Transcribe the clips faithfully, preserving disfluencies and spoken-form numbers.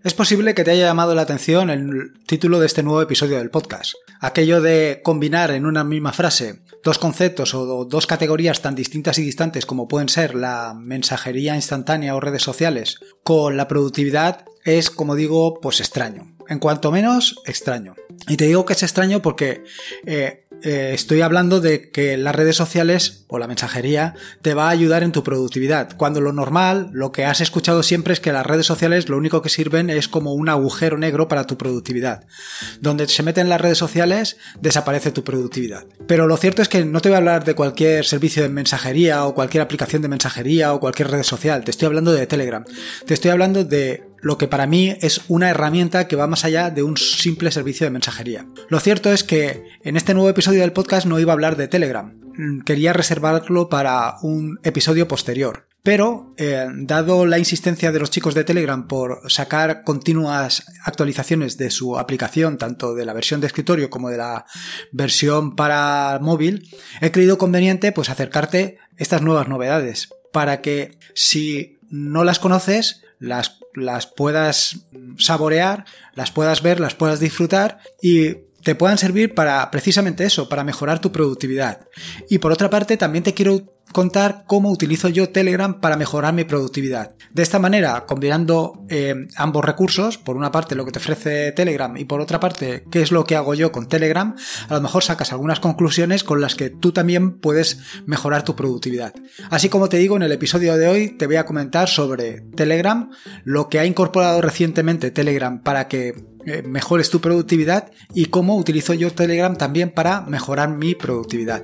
Es posible que te haya llamado la atención el título de este nuevo episodio del podcast. Aquello de combinar en una misma frase dos conceptos o dos categorías tan distintas y distantes como pueden ser la mensajería instantánea o redes sociales con la productividad es, como digo, pues extraño. En cuanto menos, extraño. Y te digo que es extraño porque eh, eh, estoy hablando de que las redes sociales o la mensajería te va a ayudar en tu productividad, cuando lo normal, lo que has escuchado siempre es que las redes sociales lo único que sirven es como un agujero negro para tu productividad. Donde se meten las redes sociales, desaparece tu productividad. Pero lo cierto es que no te voy a hablar de cualquier servicio de mensajería o cualquier aplicación de mensajería o cualquier red social, te estoy hablando de Telegram. Te estoy hablando de lo que para mí es una herramienta que va más allá de un simple servicio de mensajería. Lo cierto es que en este nuevo episodio del podcast no iba a hablar de Telegram. Quería reservarlo para un episodio posterior. Pero, eh, dado la insistencia de los chicos de Telegram por sacar continuas actualizaciones de su aplicación, tanto de la versión de escritorio como de la versión para móvil, he creído conveniente pues acercarte estas nuevas novedades para que si no las conoces, las, las puedas saborear, las puedas ver, las puedas disfrutar y te puedan servir para precisamente eso, para mejorar tu productividad. Y por otra parte, también te quiero contar cómo utilizo yo Telegram para mejorar mi productividad. De esta manera, combinando eh, ambos recursos, por una parte lo que te ofrece Telegram y por otra parte qué es lo que hago yo con Telegram, a lo mejor sacas algunas conclusiones con las que tú también puedes mejorar tu productividad. Así como te digo, en el episodio de hoy te voy a comentar sobre Telegram, lo que ha incorporado recientemente Telegram para que eh, mejores tu productividad y cómo utilizo yo Telegram también para mejorar mi productividad.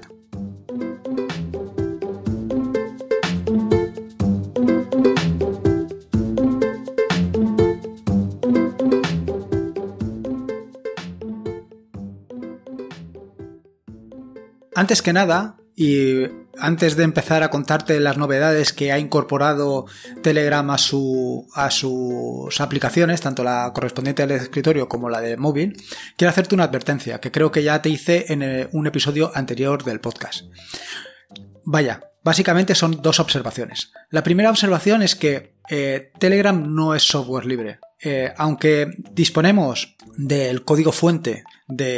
Antes que nada, y antes de empezar a contarte las novedades que ha incorporado Telegram a, su, a sus aplicaciones, tanto la correspondiente al escritorio como la de móvil, quiero hacerte una advertencia que creo que ya te hice en un episodio anterior del podcast. Vaya, básicamente son dos observaciones. La primera observación es que eh, Telegram no es software libre. Eh, aunque disponemos del código fuente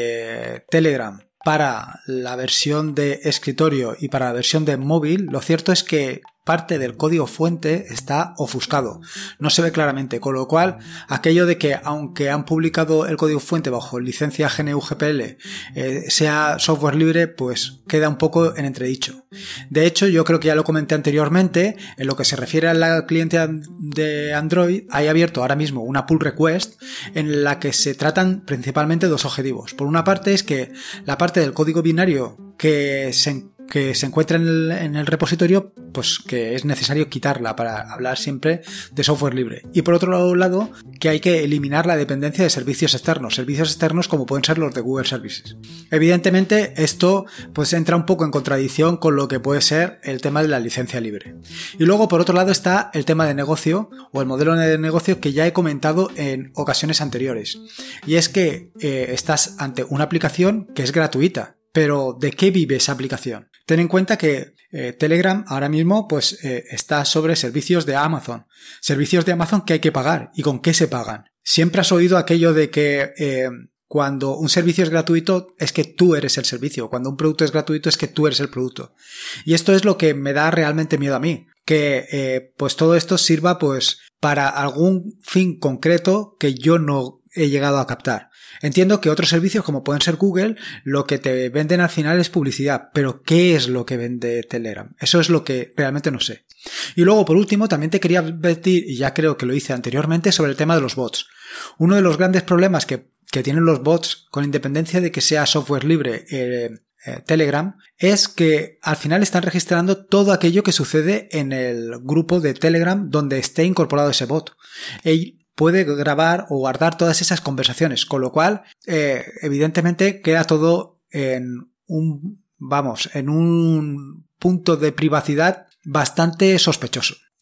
de Telegram para la versión de escritorio y para la versión de móvil, lo cierto es que parte del código fuente está ofuscado, no se ve claramente, con lo cual aquello de que aunque han publicado el código fuente bajo licencia G N U G P L eh, sea software libre, pues queda un poco en entredicho. De hecho, yo creo que ya lo comenté anteriormente, en lo que se refiere al cliente de Android, hay abierto ahora mismo una pull request en la que se tratan principalmente dos objetivos. Por una parte es que la parte del código binario que se que se encuentra en el, en el repositorio, pues que es necesario quitarla para hablar siempre de software libre. Y por otro lado, que hay que eliminar la dependencia de servicios externos, servicios externos como pueden ser los de Google Services. Evidentemente, esto pues entra un poco en contradicción con lo que puede ser el tema de la licencia libre. Y luego, por otro lado, está el tema de negocio o el modelo de negocio que ya he comentado en ocasiones anteriores. Y es que eh, estás ante una aplicación que es gratuita. Pero, ¿de qué vive esa aplicación? Ten en cuenta que eh, Telegram ahora mismo pues eh, está sobre servicios de Amazon. Servicios de Amazon que hay que pagar. ¿Y con qué se pagan? Siempre has oído aquello de que eh, cuando un servicio es gratuito es que tú eres el servicio. Cuando un producto es gratuito es que tú eres el producto. Y esto es lo que me da realmente miedo a mí. Que eh, pues todo esto sirva pues para algún fin concreto que yo no he llegado a captar. Entiendo que otros servicios como pueden ser Google, lo que te venden al final es publicidad, pero ¿qué es lo que vende Telegram? Eso es lo que realmente no sé. Y luego, por último, también te quería advertir, y ya creo que lo hice anteriormente, sobre el tema de los bots. Uno de los grandes problemas que, que tienen los bots, con independencia de que sea software libre, eh, eh, Telegram, es que al final están registrando todo aquello que sucede en el grupo de Telegram donde esté incorporado ese bot. Y puede grabar o guardar todas esas conversaciones, con lo cual, eh, evidentemente, queda todo en un, vamos, en un punto de privacidad bastante sospechoso.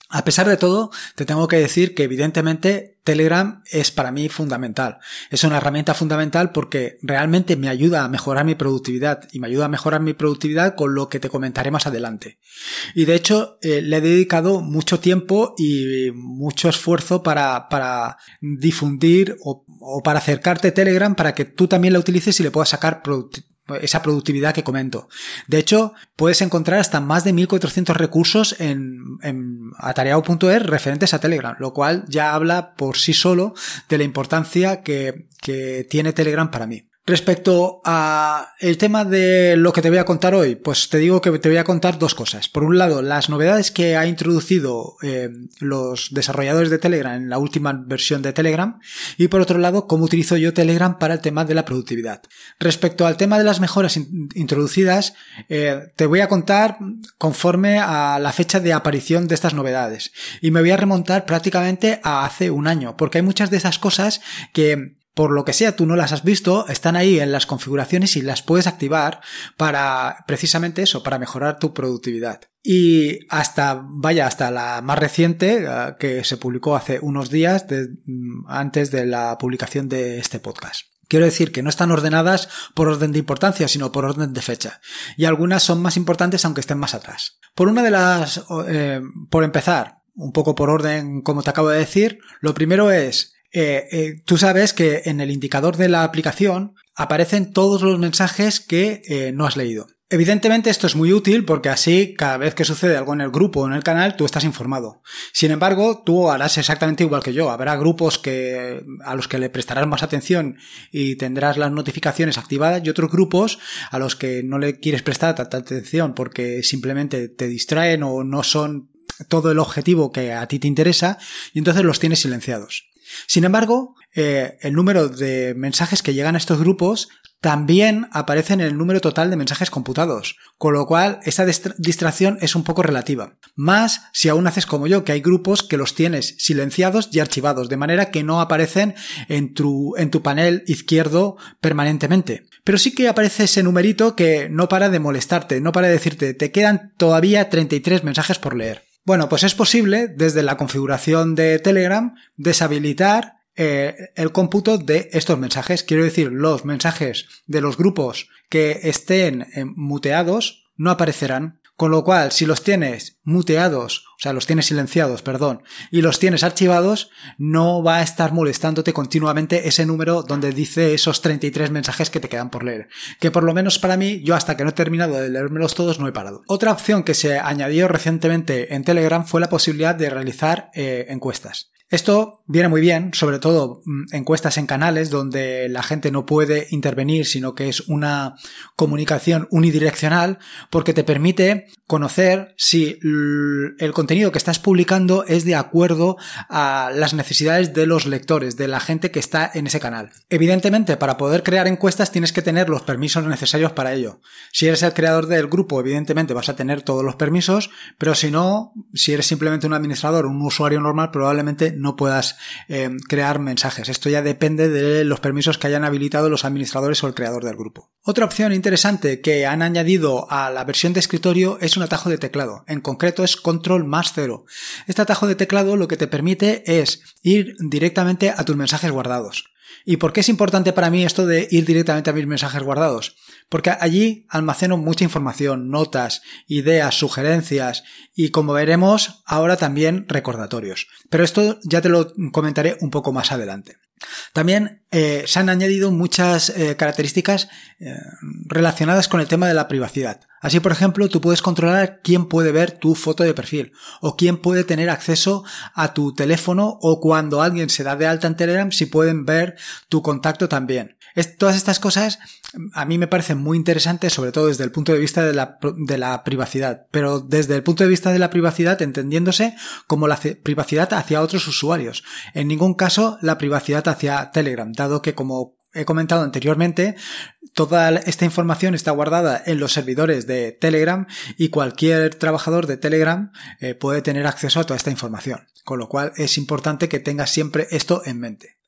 A pesar de todo, te tengo que decir que evidentemente Telegram es para mí fundamental. Es una herramienta fundamental porque realmente me ayuda a mejorar mi productividad y me ayuda a mejorar mi productividad con lo que te comentaré más adelante. Y de hecho, eh, le he dedicado mucho tiempo y mucho esfuerzo para, para difundir o, o para acercarte a Telegram para que tú también la utilices y le puedas sacar productividad. Esa productividad que comento. De hecho, puedes encontrar hasta más de mil cuatrocientos recursos en, en atareado punto es referentes a Telegram, lo cual ya habla por sí solo de la importancia que, que tiene Telegram para mí. Respecto a el tema de lo que te voy a contar hoy, pues te digo que te voy a contar dos cosas. Por un lado, las novedades que ha introducido eh, los desarrolladores de Telegram en la última versión de Telegram, y por otro lado, cómo utilizo yo Telegram para el tema de la productividad. Respecto al tema de las mejoras in- introducidas, eh, te voy a contar conforme a la fecha de aparición de estas novedades. Y me voy a remontar prácticamente a hace un año, porque hay muchas de esas cosas que, por lo que sea, tú no las has visto, están ahí en las configuraciones y las puedes activar para, precisamente eso, para mejorar tu productividad. Y hasta, vaya, hasta la más reciente, que se publicó hace unos días, de, antes de la publicación de este podcast. Quiero decir que no están ordenadas por orden de importancia, sino por orden de fecha. Y algunas son más importantes aunque estén más atrás. Por una de las, eh, por empezar, un poco por orden como te acabo de decir, lo primero es, Eh, eh, tú sabes que en el indicador de la aplicación aparecen todos los mensajes que eh, no has leído. Evidentemente esto es muy útil porque así cada vez que sucede algo en el grupo o en el canal tú estás informado. Sin embargo, tú harás exactamente igual que yo. Habrá grupos que, a los que le prestarás más atención y tendrás las notificaciones activadas y otros grupos a los que no le quieres prestar tanta atención porque simplemente te distraen o no son todo el objetivo que a ti te interesa y entonces los tienes silenciados. Sin embargo, eh, el número de mensajes que llegan a estos grupos también aparece en el número total de mensajes computados, con lo cual esa distra- distracción es un poco relativa. Más si aún haces como yo, que hay grupos que los tienes silenciados y archivados, de manera que no aparecen en tu, en tu panel izquierdo permanentemente. Pero sí que aparece ese numerito que no para de molestarte, no para de decirte, te quedan todavía treinta y tres mensajes por leer. Bueno, pues es posible, desde la configuración de Telegram, deshabilitar eh, el cómputo de estos mensajes. Quiero decir, los mensajes de los grupos que estén eh, muteados no aparecerán. Con lo cual, si los tienes muteados, o sea, los tienes silenciados, perdón, y los tienes archivados, no va a estar molestándote continuamente ese número donde dice esos treinta y tres mensajes que te quedan por leer. Que por lo menos para mí, yo hasta que no he terminado de leérmelos todos, no he parado. Otra opción que se añadió recientemente en Telegram fue la posibilidad de realizar eh, encuestas. Esto viene muy bien, sobre todo encuestas en canales donde la gente no puede intervenir, sino que es una comunicación unidireccional, porque te permite conocer si el contenido que estás publicando es de acuerdo a las necesidades de los lectores, de la gente que está en ese canal. Evidentemente, para poder crear encuestas tienes que tener los permisos necesarios para ello. Si eres el creador del grupo, evidentemente vas a tener todos los permisos, pero si no, si eres simplemente un administrador, un usuario normal, probablemente no puedas eh, crear mensajes. Esto ya depende de los permisos que hayan habilitado los administradores o el creador del grupo. Otra opción interesante que han añadido a la versión de escritorio es un atajo de teclado. En concreto es control más cero. Este atajo de teclado lo que te permite es ir directamente a tus mensajes guardados. ¿Y por qué es importante para mí esto de ir directamente a mis mensajes guardados? Porque allí almaceno mucha información, notas, ideas, sugerencias y, como veremos, ahora también recordatorios. Pero esto ya te lo comentaré un poco más adelante. También eh, se han añadido muchas eh, características eh, relacionadas con el tema de la privacidad. Así, por ejemplo, tú puedes controlar quién puede ver tu foto de perfil o quién puede tener acceso a tu teléfono, o cuando alguien se da de alta en Telegram, si pueden ver tu contacto también. Es, todas estas cosas a mí me parecen muy interesantes, sobre todo desde el punto de vista de la, de la privacidad, pero desde el punto de vista de la privacidad entendiéndose como la privacidad hacia otros usuarios. En ningún caso la privacidad hacia Telegram, dado que, como he comentado anteriormente, toda esta información está guardada en los servidores de Telegram y cualquier trabajador de Telegram eh, puede tener acceso a toda esta información, con lo cual es importante que tengas siempre esto en mente.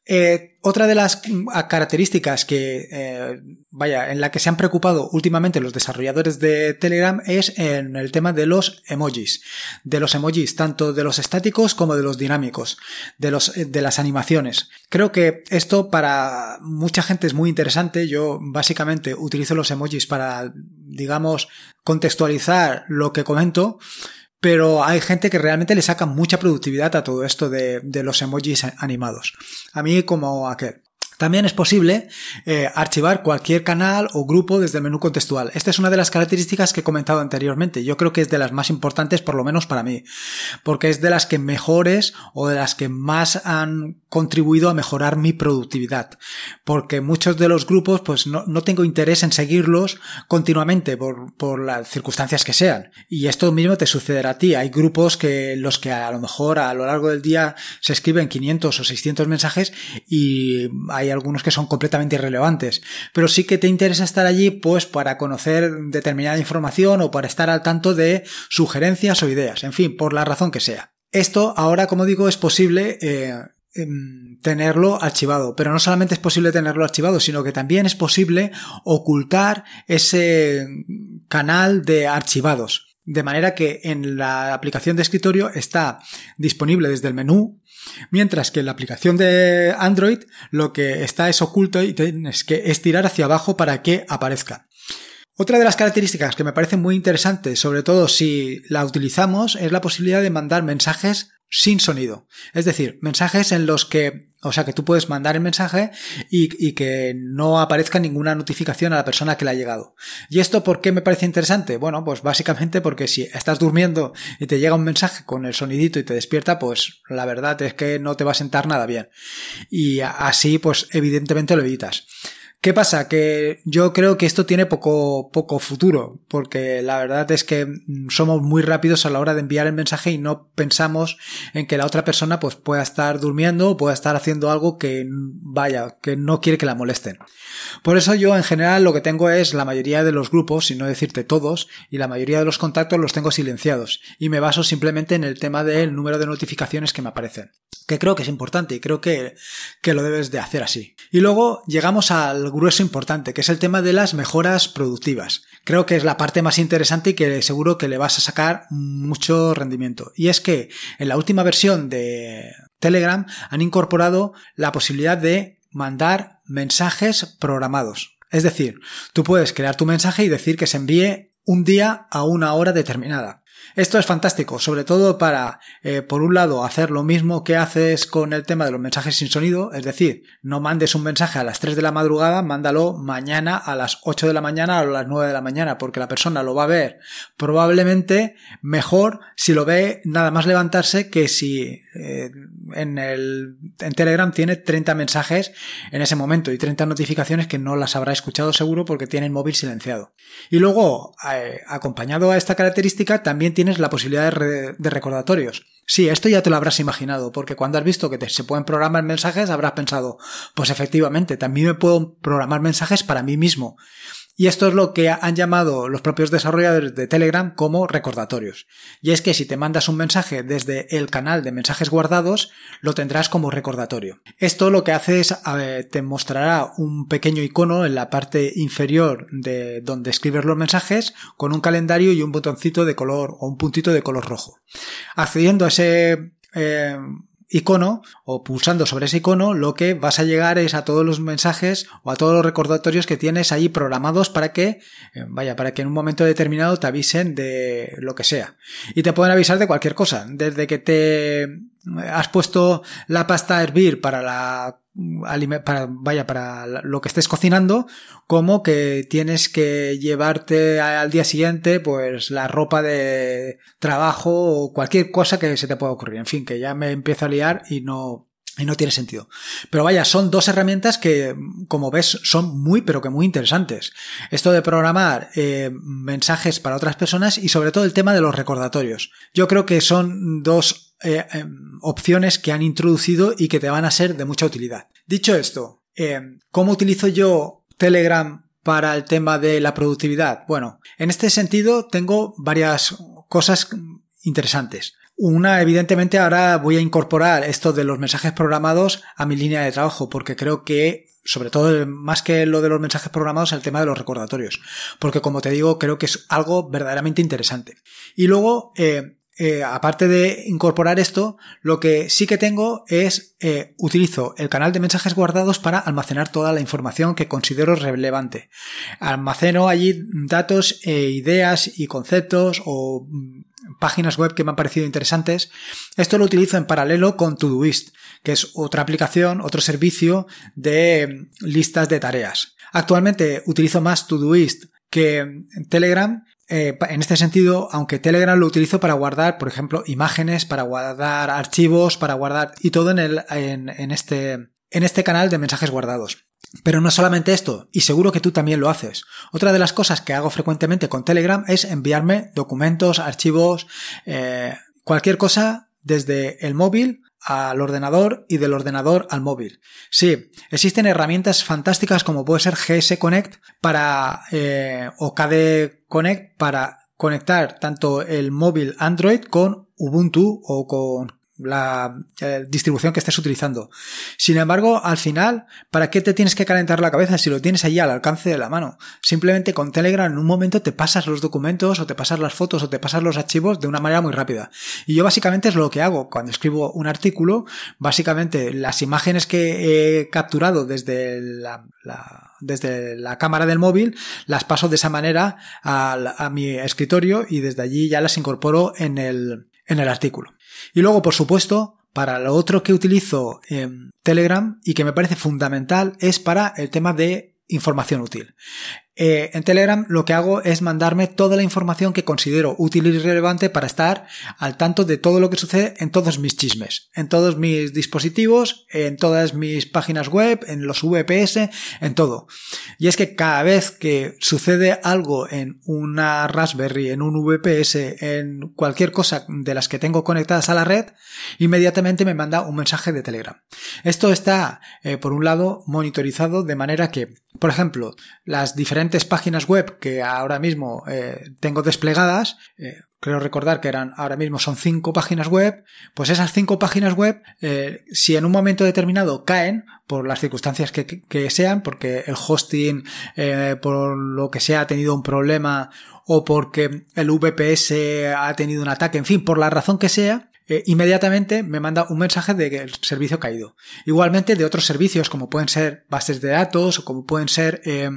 Eh, otra de las características que, eh, vaya, en la que se han preocupado últimamente los desarrolladores de Telegram es en el tema de los emojis. De los emojis, tanto de los estáticos como de los dinámicos, de los, de las animaciones. Creo que esto para mucha gente es muy interesante. Yo básicamente utilizo los emojis para, digamos, contextualizar lo que comento. Pero hay gente que realmente le saca mucha productividad a todo esto de, de los emojis animados. A mí como aquel. También es posible eh, archivar cualquier canal o grupo desde el menú contextual. Esta es una de las características que he comentado anteriormente. Yo creo que es de las más importantes, por lo menos para mí, porque es de las que mejores o de las que más han contribuido a mejorar mi productividad. Porque muchos de los grupos, pues no, no tengo interés en seguirlos continuamente por, por las circunstancias que sean. Y esto mismo te sucederá a ti. Hay grupos que los que a lo mejor a lo largo del día se escriben quinientos o seiscientos mensajes y hay Hay algunos que son completamente irrelevantes, pero sí que te interesa estar allí pues para conocer determinada información o para estar al tanto de sugerencias o ideas, en fin, por la razón que sea. Esto ahora, como digo, es posible eh, tenerlo archivado, pero no solamente es posible tenerlo archivado, sino que también es posible ocultar ese canal de archivados. De manera que en la aplicación de escritorio está disponible desde el menú, mientras que en la aplicación de Android lo que está es oculto y tienes que estirar hacia abajo para que aparezca. Otra de las características que me parece muy interesante, sobre todo si la utilizamos, es la posibilidad de mandar mensajes sin sonido. Es decir, mensajes en los que, o sea, que tú puedes mandar el mensaje y, y que no aparezca ninguna notificación a la persona que le ha llegado. ¿Y esto por qué me parece interesante? Bueno, pues básicamente porque si estás durmiendo y te llega un mensaje con el sonidito y te despierta, pues la verdad es que no te va a sentar nada bien. Y así, pues evidentemente lo evitas. ¿Qué pasa? Que yo creo que esto tiene poco, poco futuro, porque la verdad es que somos muy rápidos a la hora de enviar el mensaje y no pensamos en que la otra persona pues pueda estar durmiendo o pueda estar haciendo algo que, vaya, que no quiere que la molesten. Por eso yo en general lo que tengo es la mayoría de los grupos, si no decirte todos, y la mayoría de los contactos los tengo silenciados y me baso simplemente en el tema del número de notificaciones que me aparecen, que creo que es importante y creo que, que lo debes de hacer así. Y luego llegamos al grueso importante, que es el tema de las mejoras productivas. Creo que es la parte más interesante y que seguro que le vas a sacar mucho rendimiento. Y es que en la última versión de Telegram han incorporado la posibilidad de mandar mensajes programados. Es decir, tú puedes crear tu mensaje y decir que se envíe un día a una hora determinada. Esto es fantástico, sobre todo para, eh, por un lado, hacer lo mismo que haces con el tema de los mensajes sin sonido, es decir, no mandes un mensaje a las tres de la madrugada, mándalo mañana a las ocho de la mañana o a las nueve de la mañana, porque la persona lo va a ver probablemente mejor si lo ve nada más levantarse que si eh, en, el, en Telegram tiene treinta mensajes en ese momento y treinta notificaciones que no las habrá escuchado seguro porque tiene el móvil silenciado. Y luego, eh, acompañado a esta característica, también tienes la posibilidad de, re, de recordatorios. Sí, esto ya te lo habrás imaginado, porque cuando has visto que te, se pueden programar mensajes, habrás pensado, pues efectivamente, también me puedo programar mensajes para mí mismo. Y esto es lo que han llamado los propios desarrolladores de Telegram como recordatorios. Y es que si te mandas un mensaje desde el canal de mensajes guardados, lo tendrás como recordatorio. Esto lo que hace es, ver, te mostrará un pequeño icono en la parte inferior de donde escribes los mensajes con un calendario y un botoncito de color o un puntito de color rojo. Accediendo a ese eh, icono o pulsando sobre ese icono, lo que vas a llegar es a todos los mensajes o a todos los recordatorios que tienes ahí programados para que, eh, vaya, para que en un momento determinado te avisen de lo que sea. Y te pueden avisar de cualquier cosa, desde que te has puesto la pasta a hervir para la para, vaya, para lo que estés cocinando, como que tienes que llevarte al día siguiente pues la ropa de trabajo o cualquier cosa que se te pueda ocurrir. En fin, que ya me empiezo a liar y no y no tiene sentido. Pero vaya, son dos herramientas que, como ves, son muy, pero que muy interesantes. Esto de programar eh, mensajes para otras personas y sobre todo el tema de los recordatorios. Yo creo que son dos eh, eh, opciones que han introducido y que te van a ser de mucha utilidad. Dicho esto, eh, ¿cómo utilizo yo Telegram para el tema de la productividad? Bueno, en este sentido tengo varias cosas interesantes. Una, evidentemente, ahora voy a incorporar esto de los mensajes programados a mi línea de trabajo, porque creo que, sobre todo, más que lo de los mensajes programados, el tema de los recordatorios. Porque, como te digo, creo que es algo verdaderamente interesante. Y luego, eh, eh, aparte de incorporar esto, lo que sí que tengo es, eh, utilizo el canal de mensajes guardados para almacenar toda la información que considero relevante. Almaceno allí datos, e ideas y conceptos o páginas web que me han parecido interesantes. Esto lo utilizo en paralelo con Todoist, que es otra aplicación, otro servicio de listas de tareas. Actualmente utilizo más Todoist que Telegram. Eh, en este sentido, aunque Telegram lo utilizo para guardar, por ejemplo, imágenes, para guardar archivos, para guardar y todo en el en, en este en este canal de mensajes guardados. Pero no solamente esto, y seguro que tú también lo haces. Otra de las cosas que hago frecuentemente con Telegram es enviarme documentos, archivos, eh, cualquier cosa desde el móvil al ordenador y del ordenador al móvil. Sí, existen herramientas fantásticas como puede ser G S Connect para eh, o K D Connect para conectar tanto el móvil Android con Ubuntu o con la eh, distribución que estés utilizando. Sin embargo, al final, ¿para qué te tienes que calentar la cabeza si lo tienes allí al alcance de la mano? Simplemente con Telegram en un momento te pasas los documentos o te pasas las fotos o te pasas los archivos de una manera muy rápida. Y yo básicamente es lo que hago cuando escribo un artículo. Básicamente las imágenes que he capturado desde la, la desde la cámara del móvil las paso de esa manera a, a mi escritorio y desde allí ya las incorporo en el, en el artículo. Y luego, por supuesto, para lo otro que utilizo en Telegram y que me parece fundamental es para el tema de información útil. Eh, en Telegram lo que hago es mandarme toda la información que considero útil y relevante para estar al tanto de todo lo que sucede en todos mis chismes, en todos mis dispositivos, en todas mis páginas web, en los V P S, en todo. Y es que cada vez que sucede algo en una Raspberry, en un V P S, en cualquier cosa de las que tengo conectadas a la red, inmediatamente me manda un mensaje de Telegram. Esto está, eh, por un lado, monitorizado de manera que, por ejemplo, las diferentes páginas web que ahora mismo eh, tengo desplegadas, eh, creo recordar que eran ahora mismo son cinco páginas web, pues esas cinco páginas web, eh, si en un momento determinado caen, por las circunstancias que, que, que sean, porque el hosting, eh, por lo que sea, ha tenido un problema, o porque el V P S ha tenido un ataque, en fin, por la razón que sea, Eh, inmediatamente me manda un mensaje de que el servicio ha caído. Igualmente de otros servicios como pueden ser bases de datos o como pueden ser eh,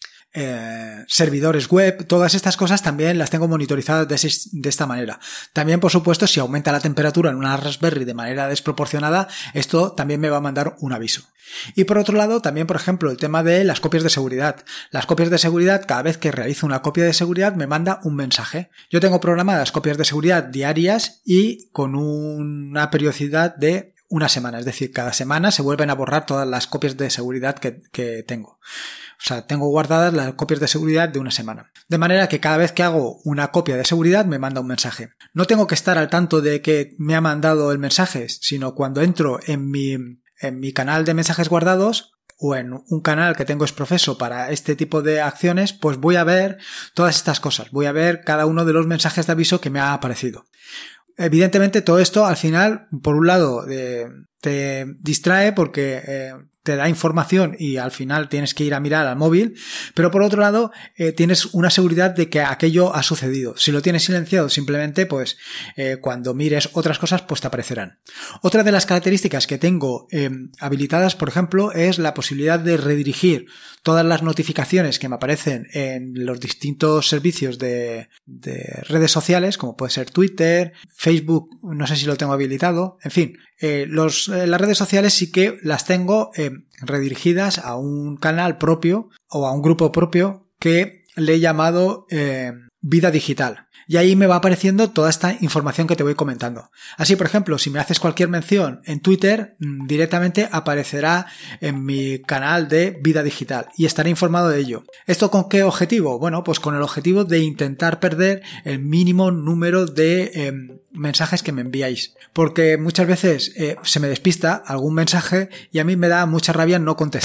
eh, servidores web, todas estas cosas también las tengo monitorizadas de, de esta manera. También, por supuesto, si aumenta la temperatura en una Raspberry de manera desproporcionada, esto también me va a mandar un aviso. Y por otro lado, también, por ejemplo, el tema de las copias de seguridad. Las copias de seguridad, cada vez que realizo una copia de seguridad, me manda un mensaje. Yo tengo programadas copias de seguridad diarias y con una periodicidad de una semana. Es decir, cada semana se vuelven a borrar todas las copias de seguridad que, que tengo. O sea, tengo guardadas las copias de seguridad de una semana. De manera que cada vez que hago una copia de seguridad me manda un mensaje. No tengo que estar al tanto de que me ha mandado el mensaje, sino cuando entro en mi, en mi canal de mensajes guardados o en un canal que tengo exprofeso para este tipo de acciones, pues voy a ver todas estas cosas. Voy a ver cada uno de los mensajes de aviso que me ha aparecido. Evidentemente todo esto al final, por un lado, eh, te distrae porque eh, te da información y al final tienes que ir a mirar al móvil, pero por otro lado eh, tienes una seguridad de que aquello ha sucedido. Si lo tienes silenciado, simplemente pues eh, cuando mires otras cosas pues te aparecerán. Otra de las características que tengo eh, habilitadas, por ejemplo, es la posibilidad de redirigir todas las notificaciones que me aparecen en los distintos servicios de, de redes sociales, como puede ser Twitter, Facebook, no sé si lo tengo habilitado, en fin, eh, los, eh, las redes sociales sí que las tengo eh, redirigidas a un canal propio o a un grupo propio que le he llamado eh, Vida Digital. Y ahí me va apareciendo toda esta información que te voy comentando. Así, por ejemplo, si me haces cualquier mención en Twitter, directamente aparecerá en mi canal de Vida Digital y estaré informado de ello. ¿Esto con qué objetivo? Bueno, pues con el objetivo de intentar perder el mínimo número de eh, mensajes que me enviáis. Porque muchas veces eh, se me despista algún mensaje y a mí me da mucha rabia no contestar.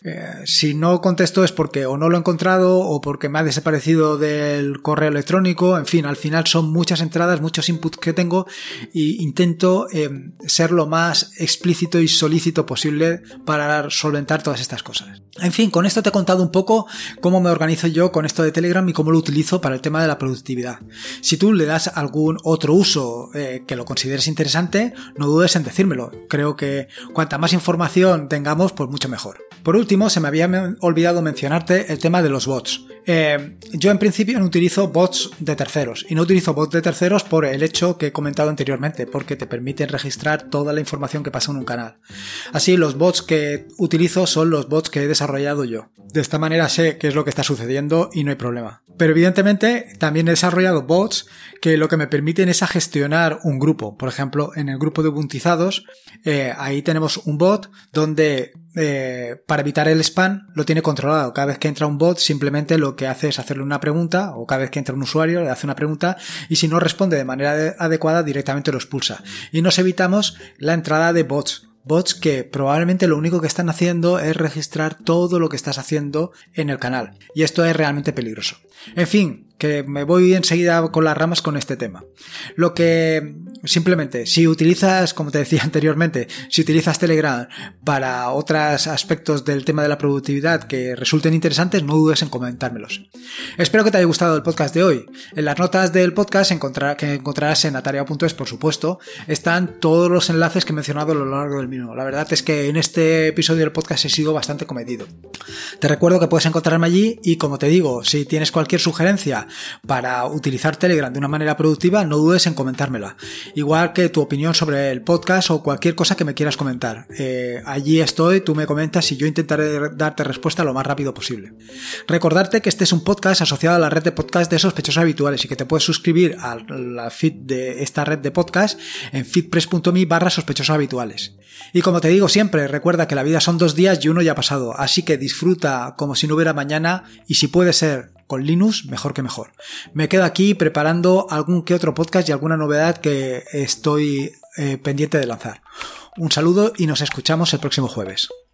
Eh, si no contesto es porque o no lo he encontrado o porque me ha desaparecido del correo electrónico. En fin, al final son muchas entradas, muchos inputs que tengo y intento eh, ser lo más explícito y solícito posible para solventar todas estas cosas. En fin, con esto te he contado un poco cómo me organizo yo con esto de Telegram y cómo lo utilizo para el tema de la productividad. Si tú le das algún otro uso eh, que lo consideres interesante, no dudes en decírmelo. Creo que cuanta más información tengamos, pues mucho mejor. Por último, se me había olvidado mencionarte el tema de los bots. Eh, yo en principio no utilizo bots de terceros y no utilizo bots de terceros por el hecho que he comentado anteriormente, porque te permiten registrar toda la información que pasa en un canal. Así, los bots que utilizo son los bots que he desarrollado yo. De esta manera sé qué es lo que está sucediendo y no hay problema. Pero evidentemente también he desarrollado bots que lo que me permiten es a gestionar un grupo. Por ejemplo, en el grupo de ubuntizados, eh, ahí tenemos un bot donde eh, para evitar el spam lo tiene controlado. Cada vez que entra un bot simplemente lo que hace es hacerle una pregunta, o cada vez que entra un usuario le hace una pregunta y si no responde de manera adecuada directamente lo expulsa. Y nos evitamos la entrada de bots. Bots que probablemente lo único que están haciendo es registrar todo lo que estás haciendo en el canal. Y esto es realmente peligroso. En fin, que me voy enseguida con las ramas con este tema. Lo que simplemente, si utilizas, como te decía anteriormente, si utilizas Telegram para otros aspectos del tema de la productividad que resulten interesantes, no dudes en comentármelos. Espero que te haya gustado el podcast de hoy. En las notas del podcast encontrar, que encontrarás en atareado punto es, por supuesto, están todos los enlaces que he mencionado a lo largo del mismo. La verdad es que en este episodio del podcast he sido bastante comedido. Te recuerdo que puedes encontrarme allí y, como te digo, si tienes cualquier sugerencia para utilizar Telegram de una manera productiva, no dudes en comentármela. Igual que tu opinión sobre el podcast o cualquier cosa que me quieras comentar. Eh, allí estoy, tú me comentas y yo intentaré darte respuesta lo más rápido posible. Recordarte que este es un podcast asociado a la red de podcast de Sospechosos Habituales y que te puedes suscribir a la feed de esta red de podcast en feedpress punto me barra sospechosos habituales. Y como te digo siempre, recuerda que la vida son dos días y uno ya ha pasado, así que disfruta como si no hubiera mañana y si puede ser con Linux, mejor que mejor. Me quedo aquí preparando algún que otro podcast y alguna novedad que estoy eh, pendiente de lanzar. Un saludo y nos escuchamos el próximo jueves.